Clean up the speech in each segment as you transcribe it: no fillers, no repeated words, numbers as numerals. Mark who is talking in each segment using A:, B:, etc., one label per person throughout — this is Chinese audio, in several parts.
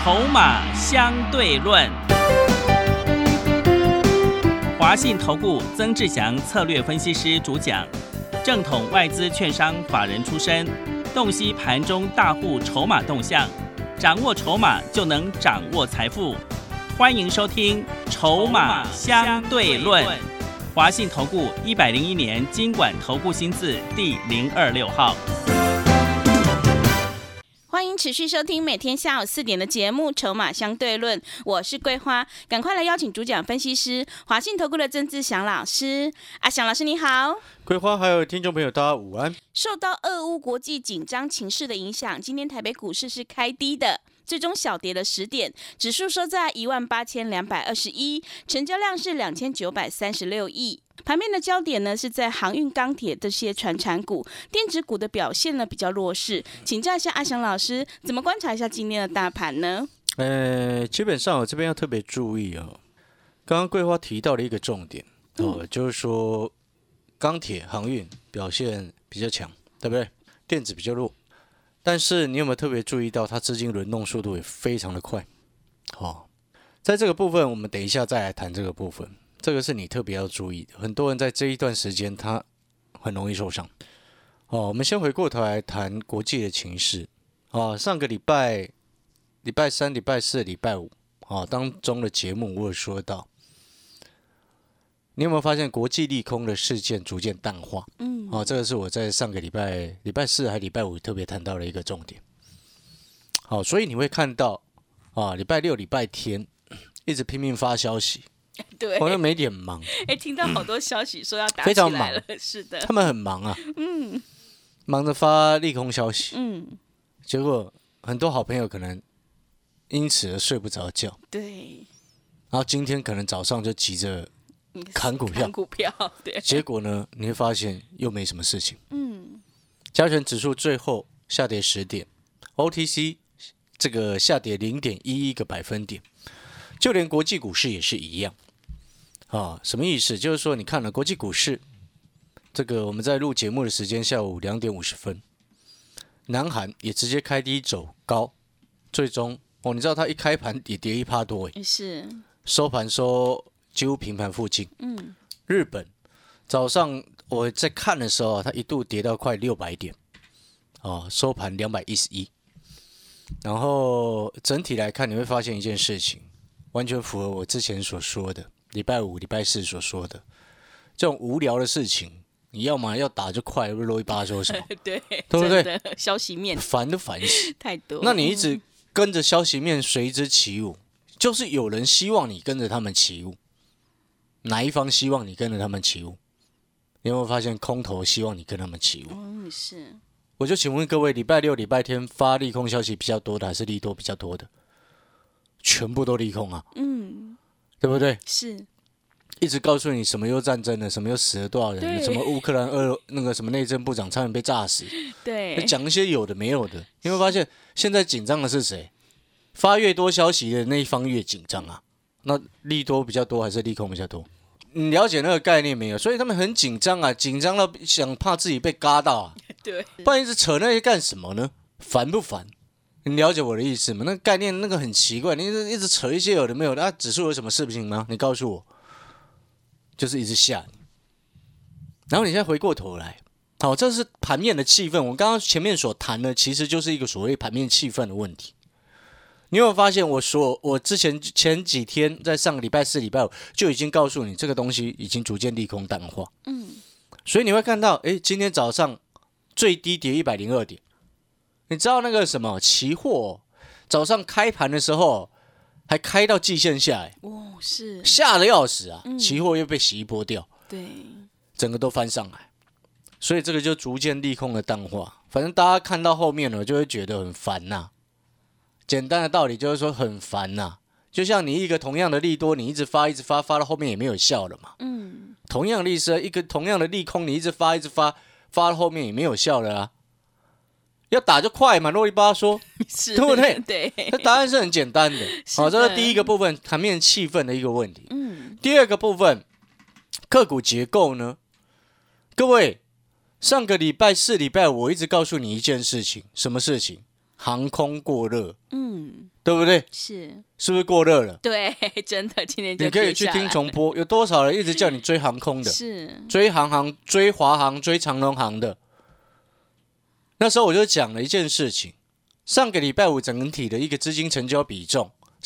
A: 筹码相对论。华信投顾曾志祥策略分析师主讲，正统外资券商法人出身，洞悉盘中大户筹码动向，掌握筹码就能掌握财富。欢迎收听《筹码相对论》。华信投顾101年金管投顾新字第026号。
B: 欢迎持续收听每天下午4点的节目《筹码相对论》，我是桂花，赶快来邀请主讲分析师华信投顾的曾志祥老师。阿祥老师你好。
C: 桂花还有听众朋友大家午安。
B: 受到俄乌国际紧张情势的影响，今天台北股市是开低的，最终小跌了10点，指数收在18221，成交量是2936亿。盘面的焦点呢是在航运、钢铁这些传产股，电子股的表现呢比较弱势。请教一下阿翔老师，怎么观察一下今天的大盘呢？
C: 基本上我这边要特别注意哦。刚刚桂花提到了一个重点哦，就是说钢铁、航运表现比较强，对不对？电子比较弱，但是你有没有特别注意到它资金轮动速度也非常的快？哦，在这个部分我们等一下再来谈这个部分。这个是你特别要注意的，很多人在这一段时间他很容易受伤。我们先回过头来谈国际的情势。上个礼拜3、礼拜4、礼拜5，当中的节目我有说到，你有没有发现国际利空的事件逐渐淡化？这个是我在上个礼拜4还礼拜5特别谈到的一个重点。所以你会看到礼拜6、礼拜天一直拼命发消息。
B: 对，
C: 好像媒体很忙。
B: 听到好多消息说要打起来了，
C: 非常忙，
B: 是的，
C: 他们很忙啊，忙着发利空消息，结果很多好朋友可能因此而睡不着觉，
B: 对，
C: 然后今天可能早上就急着砍股票，
B: 对，
C: 结果呢，你会发现又没什么事情，加权指数最后下跌10点 ，OTC 这个下跌0.11个百分点。就连国际股市也是一样，什么意思？就是说，你看了国际股市，这个我们在录节目的时间下午2点50分，南韩也直接开低走高，最终你知道它一开盘也跌1%多，
B: 是
C: 收盘收几乎平盘附近。日本早上我在看的时候，它一度跌到快600点，收盘211，然后整体来看，你会发现一件事情。完全符合我之前所说的，礼拜5、礼拜4所说的，这种无聊的事情，你要嘛要打就快，啰里吧嗦什么，
B: 对
C: 不对？
B: 消息面
C: 烦都烦死，
B: 太多。
C: 那你一直跟着消息面随之起舞，就是有人希望你跟着他们起舞，哪一方希望你跟着他们起舞？你有没有发现空头希望你跟他们起舞？
B: 是。
C: 我就请问各位，礼拜6、礼拜天发利空消息比较多的，还是利多比较多的？全部都利空啊，对不对？
B: 是，
C: 一直告诉你什么又战争了，什么又死了多少人，什么乌克兰那个什么内政部长差点被炸死，
B: 对，
C: 讲一些有的没有的，你会发现现在紧张的是谁？发越多消息的那一方越紧张啊。那利多比较多还是利空比较多？你了解那个概念没有？所以他们很紧张啊，紧张到怕自己被嘎到啊。
B: 对，
C: 不然一直扯那些干什么呢？烦不烦？你了解我的意思吗？那个概念那个很奇怪，你一直扯一些有的没有的，指数有什么事情吗？你告诉我，就是一直吓你。然后你现在回过头来，这是盘面的气氛。我刚刚前面所谈的，其实就是一个所谓盘面气氛的问题。你有没有发现我之前几天在上个礼拜4、礼拜5就已经告诉你，这个东西已经逐渐利空淡化。所以你会看到，今天早上最低跌102点。你知道那个什么期货早上开盘的时候还开到季线下，
B: 是
C: 吓得要死啊！期货又被洗一波掉，
B: 对，
C: 整个都翻上来，所以这个就逐渐利空的淡化。反正大家看到后面了，就会觉得很烦呐。简单的道理就是说很烦呐，就像你一个同样的利多，你一直发到后面也没有效了嘛。同样的意思，一个同样的利空，你一直发到后面也没有效了啊。要打就快嘛，啰里吧嗦，对不对？
B: 对，
C: 那答案是很简单的。这是第一个部分，盘面气氛的一个问题。第二个部分，个股结构呢？各位，上个礼拜4、礼拜5，我一直告诉你一件事情，什么事情？航空过热。 对不对？是不是过热了？
B: 对，真的，今天就
C: 你可以去听重播，有多少人一直叫你追航空的，追航航、追华航、追长荣航的。那时候我就讲了一件事情，上个礼拜五整体的一个资金成交比重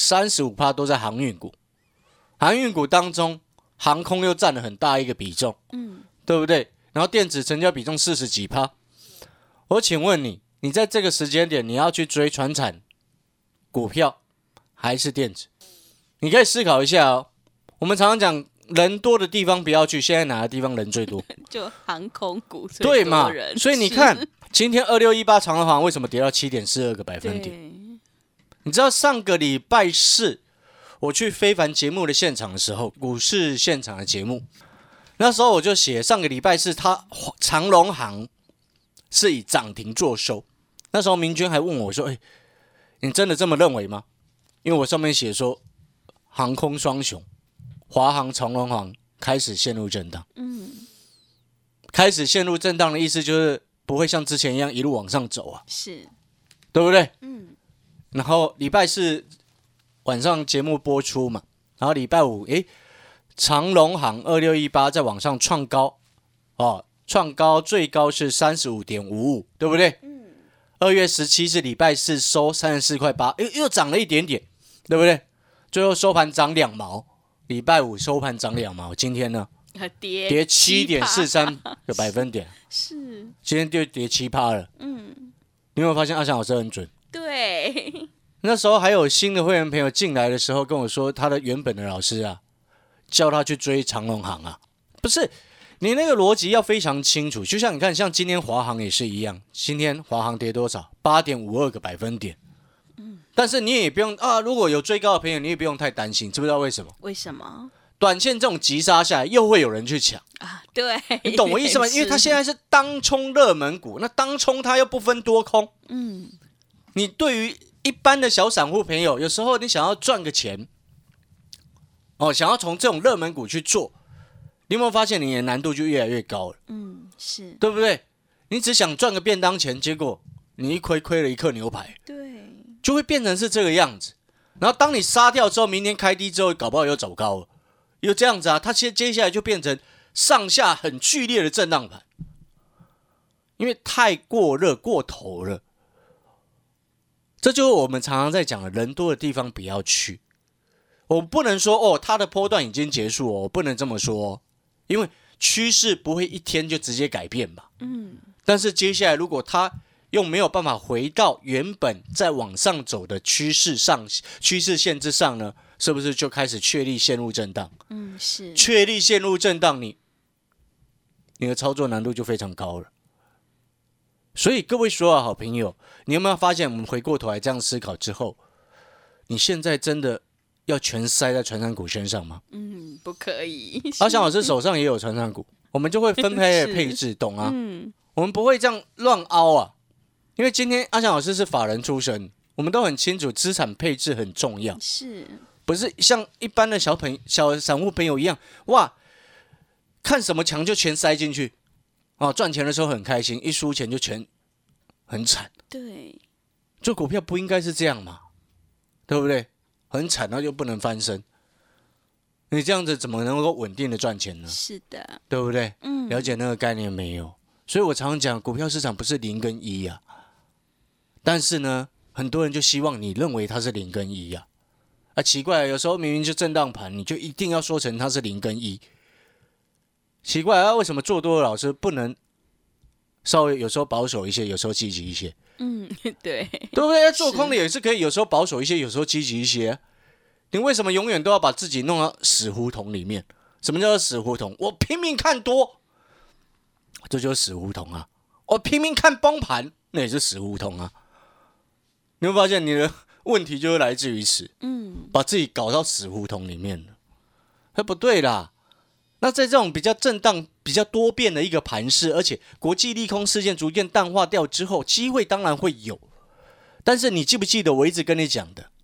C: 35% 都在航运股，航运股当中航空又占了很大一个比重，对不对？然后电子成交比重40几%。我请问你，你在这个时间点你要去追传产股票还是电子？你可以思考一下哦。我们常常讲人多的地方不要去，现在哪个地方人最多？
B: 就航空股最
C: 对嘛？
B: 多人。
C: 所以你看，今天2618长荣航为什么跌到 7.42 个百分点？你知道上个礼拜四我去非凡节目的现场的时候，股市现场的节目，那时候我就写上个礼拜四它长荣航是以涨停作收。那时候明君还问我说：“你真的这么认为吗？”因为我上面写说，航空双雄华航、长荣航开始陷入震荡。开始陷入震荡的意思就是不会像之前一样一路往上走啊，对不对？然后礼拜四晚上节目播出嘛，然后礼拜五，长荣航2618在往上创高，创高最高是 35.55， 对不对？2月17是礼拜四收34.8块，又涨了一点点，对不对？最后收盘涨2毛，礼拜五收盘涨2毛，今天呢？跌 7.43 个百分点，今天就跌 7% 了。你有没有发现阿翔老师很准？
B: 对，
C: 那时候还有新的会员朋友进来的时候跟我说，他的原本的老师啊，叫他去追长荣航啊，不是。你那个逻辑要非常清楚，就像你看，像今天华航也是一样，今天华航跌多少？8.52个百分点。但是你也不用如果有追高的朋友，你也不用太担心，知不知道为什么？
B: 为什么？
C: 短线这种急杀下来，又会有人去抢
B: 啊？对，
C: 你懂我意思吗？因为它现在是当冲热门股，那当冲它又不分多空。你对于一般的小散户朋友，有时候你想要赚个钱，想要从这种热门股去做。你有没有发现你的难度就越来越高了？对不对？你只想赚个便当钱，结果你一亏了一克牛排，
B: 对，
C: 就会变成是这个样子。然后当你杀掉之后，明天开低之后，搞不好又走高了，又这样子啊，它接下来就变成上下很剧烈的震荡盘，因为太过热过头了。这就是我们常常在讲的，人多的地方不要去。我不能说它的波段已经结束我不能这么说因为趋势不会一天就直接改变嘛。但是接下来如果它又没有办法回到原本在往上走的趋势线之上呢，是不是就开始确立陷入震荡？
B: 是。
C: 确立陷入震荡，你的操作难度就非常高了。所以各位所有好朋友，你有没有发现，我们回过头来这样思考之后，你现在真的要全塞在传产股身上吗？
B: 不可以。
C: 阿翔老师手上也有传产股，我们就会分配配置，懂啊？我们不会这样乱凹啊。因为今天阿翔老师是法人出身，我们都很清楚资产配置很重要，不是像一般的小散户朋友一样，哇，看什么强就全塞进去，赚钱的时候很开心，一输钱就全很惨。
B: 对，
C: 做股票不应该是这样嘛，对不对？很惨，然后又不能翻身，你这样子怎么能够稳定的赚钱呢？
B: 是的，
C: 对不对？了解那个概念没有？所以我常常讲，股票市场不是0跟1啊，但是呢，很多人就希望你认为它是0跟1啊，奇怪，有时候明明就震荡盘，你就一定要说成它是0跟1，奇怪为什么做多的老师不能稍微有时候保守一些，有时候积极一些？
B: 对，
C: 对不对？做空的也是可以，有时候保守一些，有时候积极一些。你为什么永远都要把自己弄到死胡同里面？什么叫做死胡同？我拼命看多，这就是死胡同啊！我拼命看崩盘，那也是死胡同啊！你会发现你的问题就是来自于此，把自己搞到死胡同里面了，那不对啦。那在这种比较震荡、比较多变的一个盘势，而且国际利空事件逐渐淡化掉之后，机会当然会有。但是你记不记得我一直跟你讲的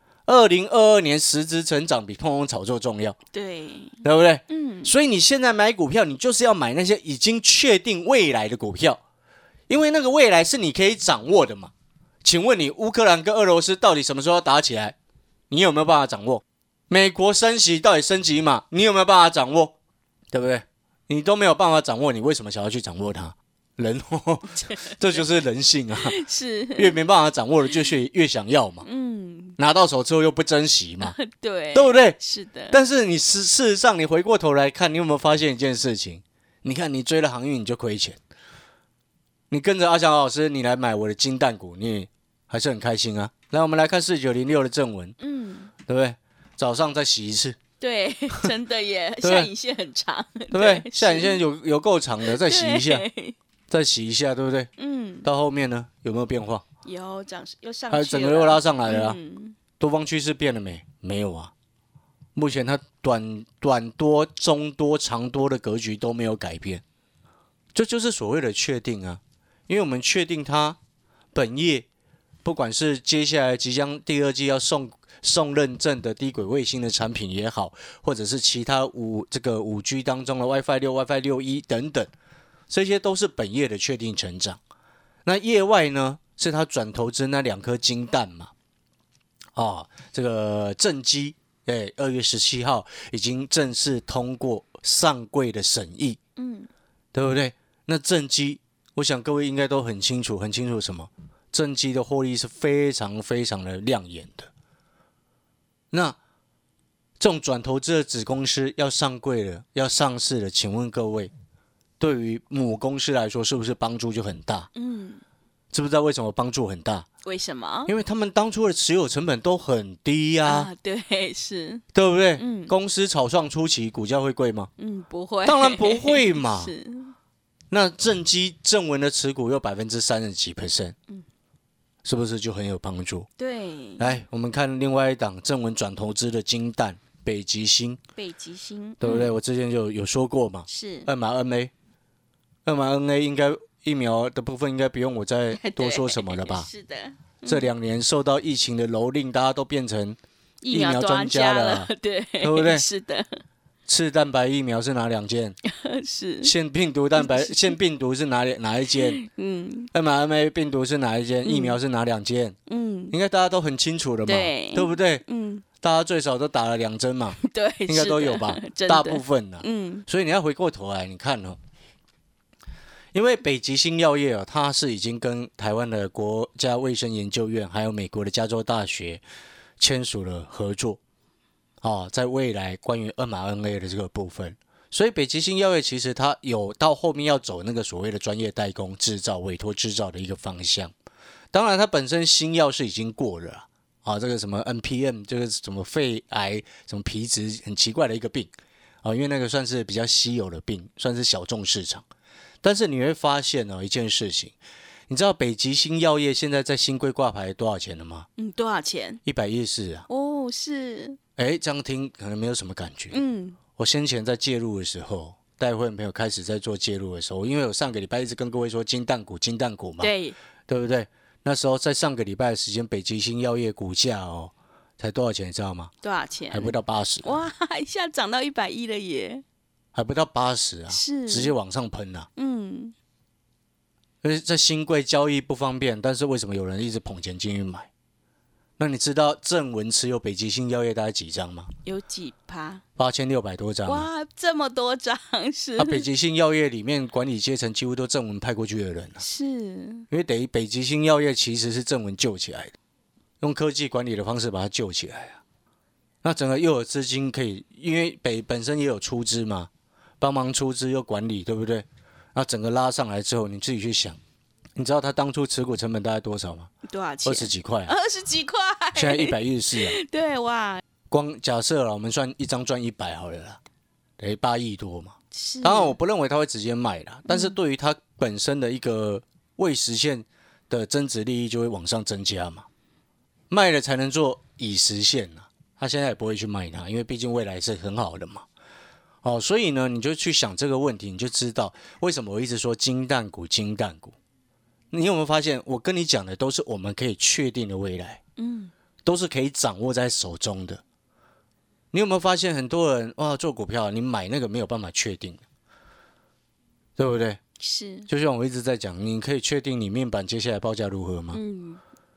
C: ，2022年实质成长比碰碰炒作重要，
B: 对
C: 不对？所以你现在买股票，你就是要买那些已经确定未来的股票，因为那个未来是你可以掌握的嘛。 请问你乌克兰跟俄罗斯到底什么时候要打起来？你有没有办法掌握？美国升息到底升级码，你有没有办法掌握？对不对？你都没有办法掌握，你为什么想要去掌握它？人这就是人性啊，
B: 是
C: 越没办法掌握的就越想要嘛，拿到手之后又不珍惜嘛，
B: 对，
C: 对不对？
B: 是的。
C: 但是你事实上你回过头来看，你有没有发现一件事情？你看你追了航运你就亏钱，你跟着阿翔老师你来买我的金蛋股，你还是很开心啊。来，我们来看4906的正文，对不对？早上再洗一次，
B: 对，真的耶，
C: 对
B: 下影线很长，对
C: 不对？下影线有够长的，再洗一下，再洗一下，对不对？到后面呢，有没有变化？
B: 有涨，又上去了，
C: 还有整个又拉上来了啊。多方趋势变了没？没有啊。目前它短多、中多、长多的格局都没有改变，这就是所谓的确定啊。因为我们确定它本业，不管是接下来即将第二季要送认证的低轨卫星的产品也好，或者是其他5G 当中的 WiFi 6、WiFi 6E 等等，这些都是本业的确定成长。那业外呢，是他转投资那2颗金蛋嘛？这个正基，2月17号已经正式通过上柜的审议，对不对？那正基，我想各位应该都很清楚什么？正基的获利是非常非常的亮眼的。那这种转投资的子公司要上柜了，要上市了，请问各位，对于母公司来说，是不是帮助就很大？知不知道为什么帮助很大？
B: 为什么？
C: 因为他们当初的持有成本都很低呀，
B: 对，是，
C: 对不对？公司草创初期股价会贵吗？
B: 不会，
C: 当然不会嘛。
B: 是。
C: 那正文的持股有30几%，是不是就很有帮助？
B: 对。
C: 来，我们看另外一档正文转投资的金蛋北极星，对不对？我之前就有说过嘛，
B: 是
C: 2mRNA 应该疫苗的部分应该不用我再多说什么了吧？
B: 是的。
C: 这2年受到疫情的蹂躏，大家都变成疫苗专
B: 家
C: 了，
B: 对
C: 不对？
B: 是的。
C: 次蛋白疫苗是哪2件？
B: 是。
C: 腺病毒是哪一件？mRNA 病毒是哪一件？疫苗是哪2件？应该大家都很清楚了嘛，对不对？大家最少都打了2针嘛，
B: 对，
C: 应该都有吧？大部分的，所以你要回过头来，你看哦，因为北极星药业它是已经跟台湾的国家卫生研究院还有美国的加州大学签署了合作。在未来关于mRNA 的这个部分，所以北极星药业其实它有到后面要走那个所谓的专业代工制造、委托制造的一个方向。当然，它本身新药是已经过了这个什么 NPM， 这个什么肺癌、什么皮质很奇怪的一个病因为那个算是比较稀有的病，算是小众市场。但是你会发现一件事情，你知道北极星药业现在在新贵挂牌多少钱了吗？
B: 多少钱
C: ？114啊。
B: 是。
C: 这样听可能没有什么感觉。我先前在介入的时候，带会朋友开始在做介入的时候，因为我上个礼拜一直跟各位说金蛋股嘛，对不对？那时候在上个礼拜的时间，北极星药业股价才多少钱，你知道吗？
B: 多少钱？
C: 还不到80。
B: 哇，一下涨到110了耶！
C: 还不到80啊，
B: 是
C: 直接往上喷啊。因为在新贵交易不方便，但是为什么有人一直捧钱进去买？那你知道正文持有北极星药业大概几张吗？
B: 有几%
C: ？8600多张。
B: 哇，这么多张是。
C: 北极星药业里面管理阶层几乎都正文派过去的人
B: 是。
C: 因为等于北极星药业其实是正文救起来的，用科技管理的方式把它救起来啊。那整个又有资金可以，因为本身也有出资嘛，帮忙出资又管理，对不对？那整个拉上来之后，你自己去想。你知道他当初持股成本大概多少吗？
B: 多少钱
C: ？20几块
B: ，20几块。
C: 现在114啊。
B: 对，哇！
C: 光假设了，我们算一张赚100好了啦，等于8亿多嘛。
B: 是。
C: 当然，我不认为他会直接卖啦，但是对于他本身的一个未实现的增值利益就会往上增加嘛。卖了才能做已实现啊，他现在也不会去卖它，因为毕竟未来是很好的嘛。所以呢，你就去想这个问题，你就知道为什么我一直说金蛋股。你有没有发现，我跟你讲的都是我们可以确定的未来，都是可以掌握在手中的。你有没有发现，很多人做股票，你买那个没有办法确定，对不对？
B: 是。
C: 就像我一直在讲，你可以确定你面板接下来报价如何吗？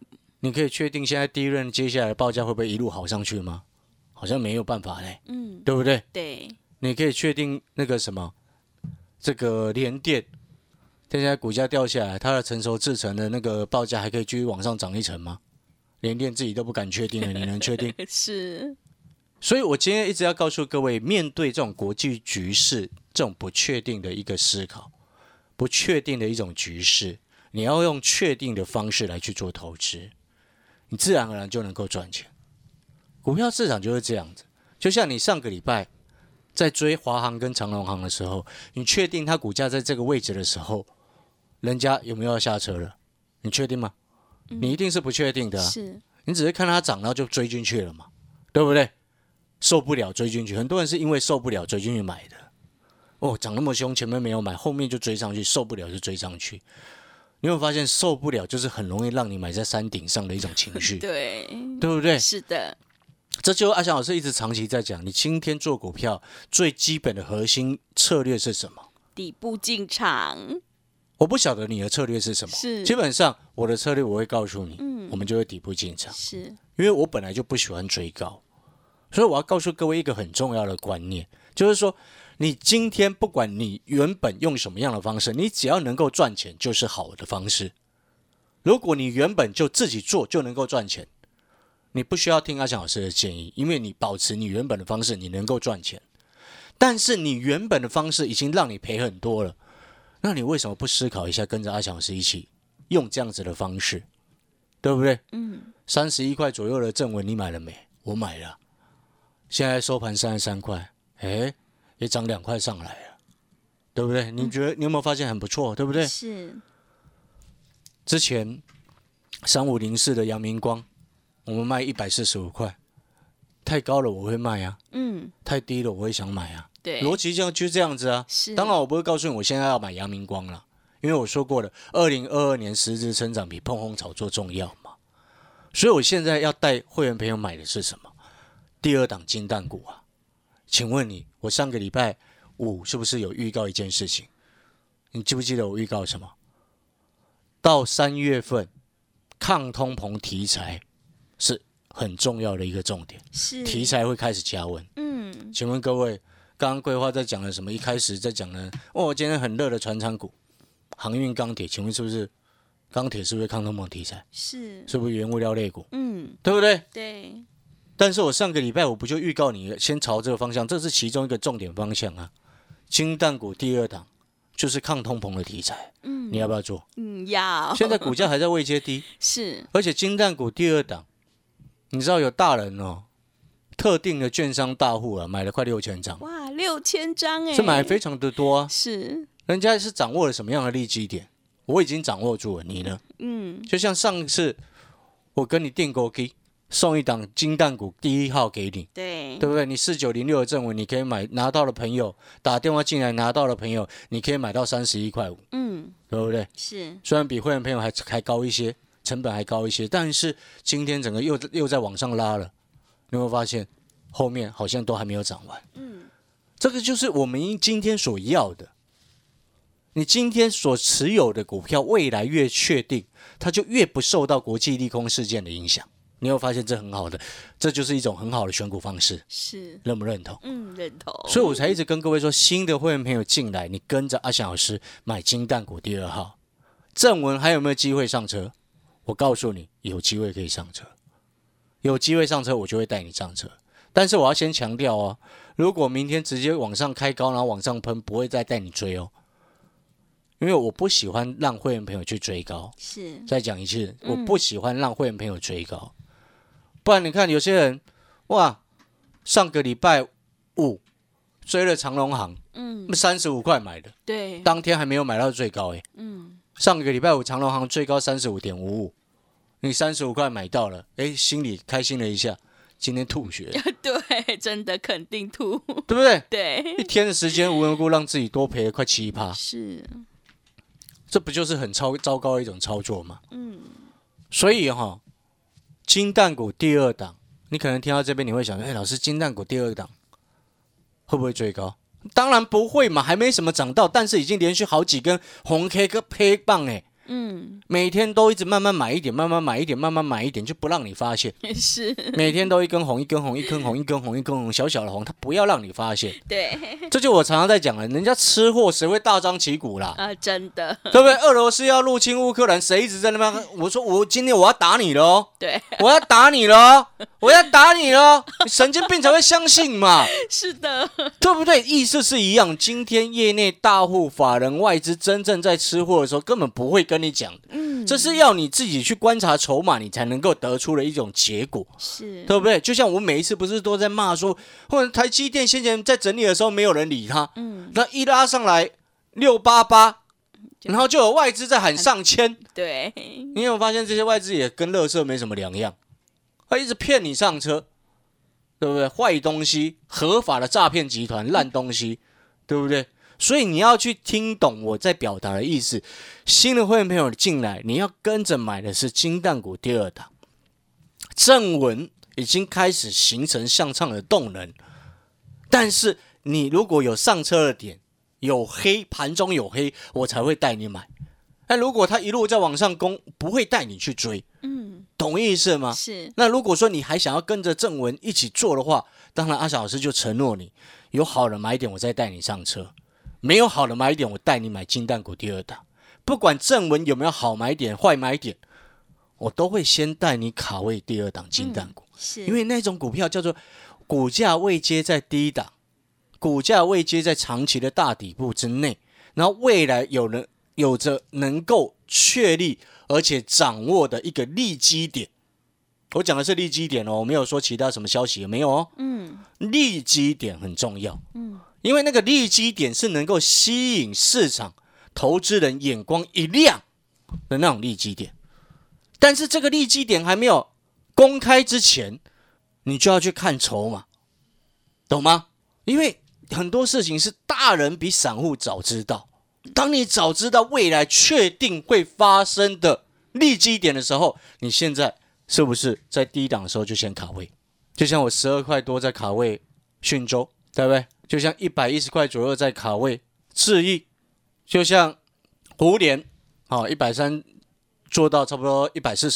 C: 你可以确定现在第一轮接下来的报价会不会一路好上去吗？好像没有办法嘞，对不对？
B: 对，
C: 你可以确定那个什么，这个联电，现在股价掉下来，它的成熟制程的那个报价还可以继续往上涨一层吗？联电自己都不敢确定了，你能确定？
B: 是，
C: 所以我今天一直要告诉各位，面对这种国际局势，这种不确定的一个思考，不确定的一种局势，你要用确定的方式来去做投资，你自然而然就能够赚钱。股票市场就是这样子，就像你上个礼拜在追华航跟长荣航的时候，你确定它股价在这个位置的时候，人家有没有要下车了？你确定吗？你一定是不确定的啊，
B: 是，
C: 你只是看它涨，然后就追进去了嘛，对不对？受不了追进去，很多人是因为受不了追进去买的。哦，涨那么凶，前面没有买，后面就追上去，受不了就追上去。你有没有发现，受不了就是很容易让你买在山顶上的一种情绪，
B: 对，
C: 对不对？
B: 是的，
C: 这就是阿翔老师一直长期在讲，你今天做股票最基本的核心策略是什么？
B: 底部进场，
C: 我不晓得你的策略是什么，
B: 是
C: 基本上我的策略我会告诉你，我们就会底部进场，
B: 是，
C: 因为我本来就不喜欢追高，所以我要告诉各位一个很重要的观念，就是说，你今天不管你原本用什么样的方式，你只要能够赚钱就是好的方式。如果你原本就自己做就能够赚钱，你不需要听阿翔老师的建议，因为你保持你原本的方式，你能够赚钱。但是你原本的方式已经让你赔很多了，那你为什么不思考一下，跟着阿翔老师一起用这样子的方式，对不对？31块左右的正文你买了没？我买了，现在收盘33块，也涨2块上来了，对不对？你觉得你有没有发现很不错，对不对？
B: 是，
C: 之前3504的阳明光，我们卖145块，太高了我会卖啊，太低了我会想买啊，
B: 对，
C: 逻辑就是这样子啊。
B: 是，
C: 当然我不会告诉你我现在要买阳明光了，因为我说过了，2022年实质成长比碰轰炒作重要嘛，所以我现在要带会员朋友买的是什么？第二档金蛋股啊。请问你，我上个礼拜5是不是有预告一件事情？你记不记得我预告什么？到3月份，抗通膨题材是很重要的一个重点，
B: 是，
C: 题材会开始加温。请问各位，刚刚规划在讲了什么？一开始在讲了，今天很热的传产股，航运、钢铁，请问是不是钢铁是不是抗通膨题材？是不是原物料类股？对不对？
B: 对。
C: 但是我上个礼拜我不就预告你先朝这个方向，这是其中一个重点方向啊。金蛋股第二档就是抗通膨的题材，你要不要做？
B: 要。
C: 现在股价还在位阶低，
B: 是，
C: 而且金蛋股第二档，你知道有大人特定的券商大户啊，买了快6000张，
B: 哇，6000张
C: 是买非常的多啊。
B: 是，
C: 人家是掌握了什么样的利基点？我已经掌握住了，你呢？就像上次我跟你订购机。送一档金蛋股第1号给你，
B: 对
C: 不对？你4906的正文，你可以买，拿到的朋友打电话进来拿到的朋友，你可以买到31块5，对不对？
B: 是，
C: 虽然比会员朋友还高一些，成本还高一些，但是今天整个又在往上拉了，你有没有发现后面好像都还没有涨完？这个就是我们今天所要的。你今天所持有的股票，未来越确定，它就越不受到国际利空事件的影响。你有发现这很好的，这就是一种很好的选股方式，
B: 是，
C: 认不认同？
B: 认同。
C: 所以我才一直跟各位说，新的会员朋友进来，你跟着阿翔老师买金蛋股第2号，正文还有没有机会上车？我告诉你，有机会可以上车，有机会上车，我就会带你上车。但是我要先强调哦，如果明天直接往上开高，然后往上喷，不会再带你追哦。因为我不喜欢让会员朋友去追高，
B: 是，
C: 再讲一次，我不喜欢让会员朋友追高。不然你看有些人，哇，上个礼拜5追了长荣航，35块买的，
B: 对，
C: 当天还没有买到最高上个礼拜5长荣航最高35.55，你35块买到了，心里开心了一下，今天吐血，
B: 对，真的肯定吐，
C: 对不对？
B: 对，
C: 一天的时间无缘无故让自己多赔了快7%，
B: 是，
C: 这不就是很糟糕的一种操作吗？所以金蛋股第2档，你可能听到这边你会想，老师，金蛋股第2档会不会追高？当然不会嘛，还没什么涨到，但是已经连续好几根红 K 跟黑棒每天都一直慢慢买一点，慢慢买一点，慢慢买一点，就不让你发现。
B: 是，
C: 每天都一根红，一根红，一根红，一根红，一根红，小小的红，它不要让你发现。
B: 对，
C: 这就我常常在讲的，人家吃货谁会大张旗鼓啦？
B: 真的，
C: 对不对？俄罗斯要入侵乌克兰，谁一直在那边？我说今天我要打你了哦，
B: 对，
C: 我要打你了哦，我要打你了哦，你神经病才会相信嘛。
B: 是的，
C: 对不对？意思是一样。今天业内大户、法人、外资真正在吃货的时候，根本不会跟你讲的。这是要你自己去观察筹码，你才能够得出的一种结果，
B: 是，对
C: 不对？就像我每一次不是都在骂说，或者台积电先前在整理的时候没有人理他，那一拉上来688，然后就有外资在喊上千。
B: 对，
C: 你有发现这些外资也跟垃圾没什么两样，他一直骗你上车。对不对？坏东西，合法的诈骗集团，烂东西，对不对？所以你要去听懂我在表达的意思。新的会员朋友进来，你要跟着买的是金蛋股第二档，正文已经开始形成向上的动能，但是你如果有上车的点，有黑，盘中有黑，我才会带你买。那如果它一路在往上攻，不会带你去追。懂意思吗？
B: 是。
C: 那如果说你还想要跟着正文一起做的话，当然阿翔老师就承诺你，有好的买点我再带你上车，没有好的买点我带你买金蛋股第二档。不管正文有没有好买点、坏买点，我都会先带你卡位第二档金蛋股，
B: 是
C: 因为那种股票叫做股价位阶在低档，股价位阶在长期的大底部之内，然后未来有着能够确立而且掌握的一个利基点。我讲的是利基点哦，我没有说其他什么消息，有没有哦？利基点很重要，因为那个利基点是能够吸引市场投资人眼光一亮的那种利基点。但是这个利基点还没有公开之前，你就要去看筹码，懂吗？因为很多事情是大人比散户早知道。当你早知道未来确定会发生的利基点的时候，你现在是不是在低档的时候就先卡位？就像我12块多在卡位讯州，对不对？就像110块左右在卡位智易，就像胡连130做到差不多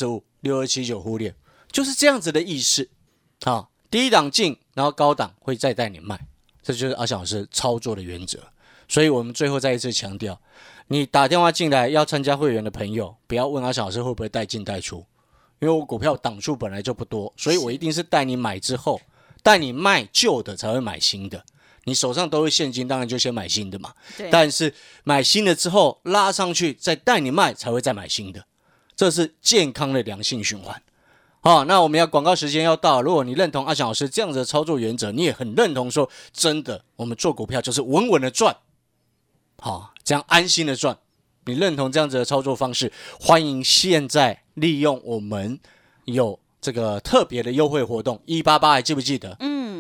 C: 145，6279胡连，就是这样子的意思。低档进，然后高档会再带你卖，这就是阿翔老师操作的原则。所以我们最后再一次强调，你打电话进来要参加会员的朋友，不要问阿翔老师会不会带进带出，因为我股票档数本来就不多，所以我一定是带你买之后，带你卖旧的才会买新的。你手上都是现金，当然就先买新的嘛。但是买新的之后拉上去，再带你卖才会再买新的，这是健康的良性循环。那我们要广告时间要到，如果你认同阿翔老师这样子的操作原则，你也很认同说真的，我们做股票就是稳稳的赚。这样安心的赚，你认同这样子的操作方式，欢迎现在利用我们有这个特别的优惠活动188，还记不记得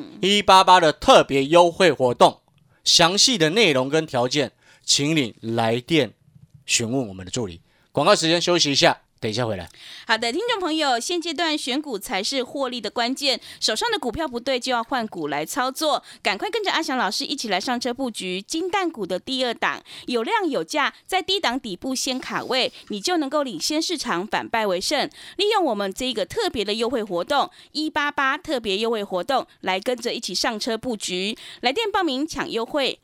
C: ？188的特别优惠活动，详细的内容跟条件，请你来电询问我们的助理。广告时间休息一下，等一下回来。
B: 好的，听众朋友，现阶段选股才是获利的关键，手上的股票不对就要换股来操作，赶快跟着阿翔老师一起来上车布局金蛋股的第二档，有量有价，在低档底部先卡位，你就能够领先市场，反败为胜。利用我们这个特别的优惠活动188特别优惠活动，来跟着一起上车布局，来电报名抢优惠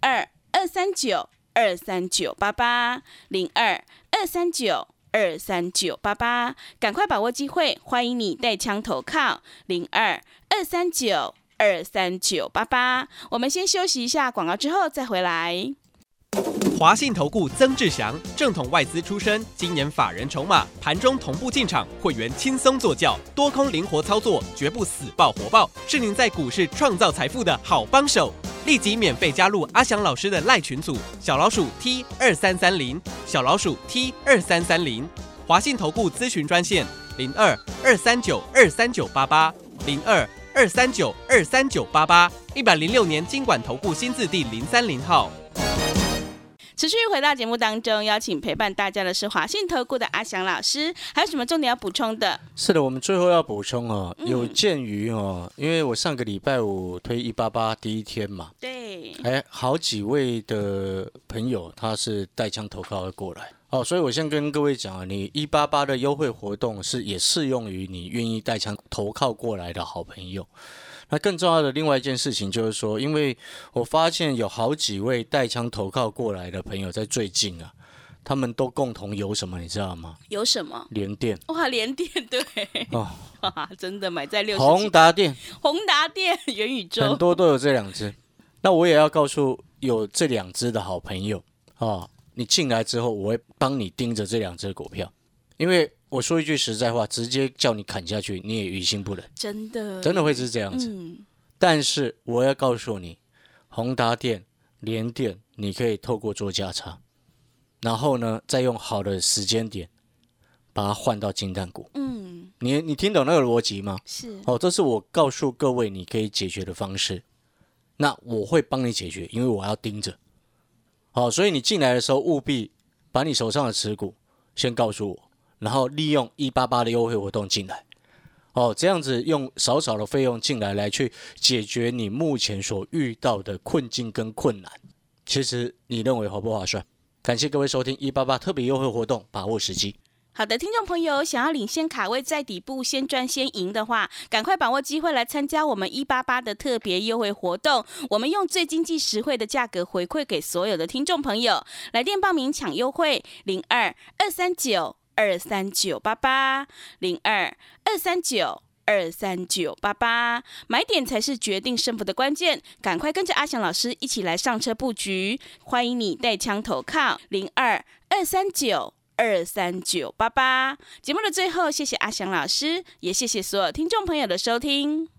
B: 02-239-2398802-239-23988，赶快把握机会，欢迎你带枪投靠02-239-23988。我们先休息一下广告，之后再回来。
D: 华信投顾曾志祥，正统外资出身，今年法人筹码，盘中同步进场，会员轻松做教，多空灵活操作，绝不死抱活抱，是您在股市创造财富的好帮手。立即免费加入阿翔老师的赖群组，小老鼠 T2330，小老鼠 T2330，华信投顾咨询专线02-239-23988，02-239-23988，106年金管投顾新字第030号。
B: 持续回到节目当中，邀请陪伴大家的是华信投顾的阿翔老师，还有什么重点要补充的？
C: 是的，我们最后要补充有鉴于因为我上个礼拜五推188第一天嘛，
B: 对，
C: 好几位的朋友他是带枪投靠而过来， 所以我先跟各位讲你188的优惠活动也适用于你愿意带枪投靠过来的好朋友。那更重要的另外一件事情就是说，因为我发现有好几位带枪投靠过来的朋友在最近他们都共同有什么你知道吗？
B: 有什么？
C: 联电。
B: 哇，联电对哇，真的买在60几。
C: 宏达电、
B: 元宇宙，
C: 很多都有这2只。那我也要告诉有这2只的好朋友你进来之后，我会帮你盯着这2只股票，因为我说一句实在话，直接叫你砍下去，你也于心不忍，真的会是这样子。但是我要告诉你，宏达电、联电，你可以透过做价差，然后呢，再用好的时间点把它换到金蛋股。你听懂那个逻辑吗？
B: 是
C: 这是我告诉各位你可以解决的方式。那我会帮你解决，因为我要盯着。所以你进来的时候务必把你手上的持股先告诉我，然后利用188的优惠活动进来。这样子用少少的费用进来去解决你目前所遇到的困境跟困难。其实你认为划不划算？感谢各位收听188特别优惠活动，把握时机。
B: 好的，听众朋友，想要领先卡位在底部先赚先赢的话，赶快把握机会来参加我们188的特别优惠活动。我们用最经济实惠的价格回馈给所有的听众朋友，来电报名抢优惠02-239-23988，02-239-23988，买点才是决定胜负的关键，赶快跟着阿翔老师一起来上车布局，欢迎你带枪投靠02-239-23988。节目的最后，谢谢阿翔老师，也谢谢所有听众朋友的收听。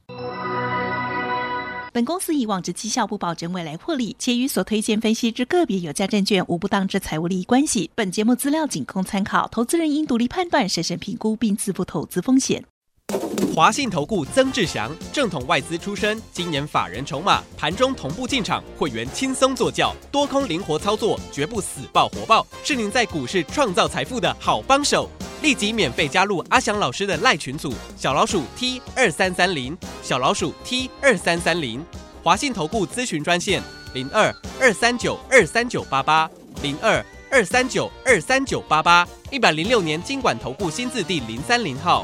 E: 本公司以往之绩效不保证未来获利，且与所推荐分析之个别有价证券无不当之财务利益关系。本节目资料仅供参考，投资人应独立判断、审慎评估并自负投资风险。
D: 华信投顾曾志祥，正统外资出身，今年法人筹码，盘中同步进场，会员轻松做教，多空灵活操作，绝不死抱活抱，是您在股市创造财富的好帮手。立即免费加入阿翔老师的赖群组，小老鼠 T2330，小老鼠 T2330。华信投顾咨询专线02-239-23988，02-239-23988，106年金管投顾新字第030号。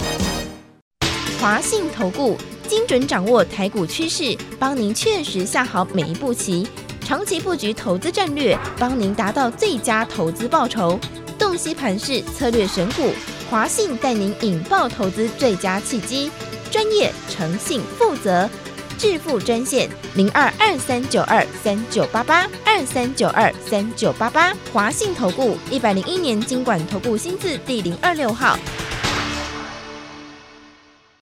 F: 华信投顾精准掌握台股趋势，帮您确实下好每一步棋，长期布局投资战略，帮您达到最佳投资报酬。洞悉盘势，策略选股，华信带您引爆投资最佳契机，专业、诚信、负责。致富专线02-2392-3988，2392-3988。华信投顾101年金管投顾新字第026号。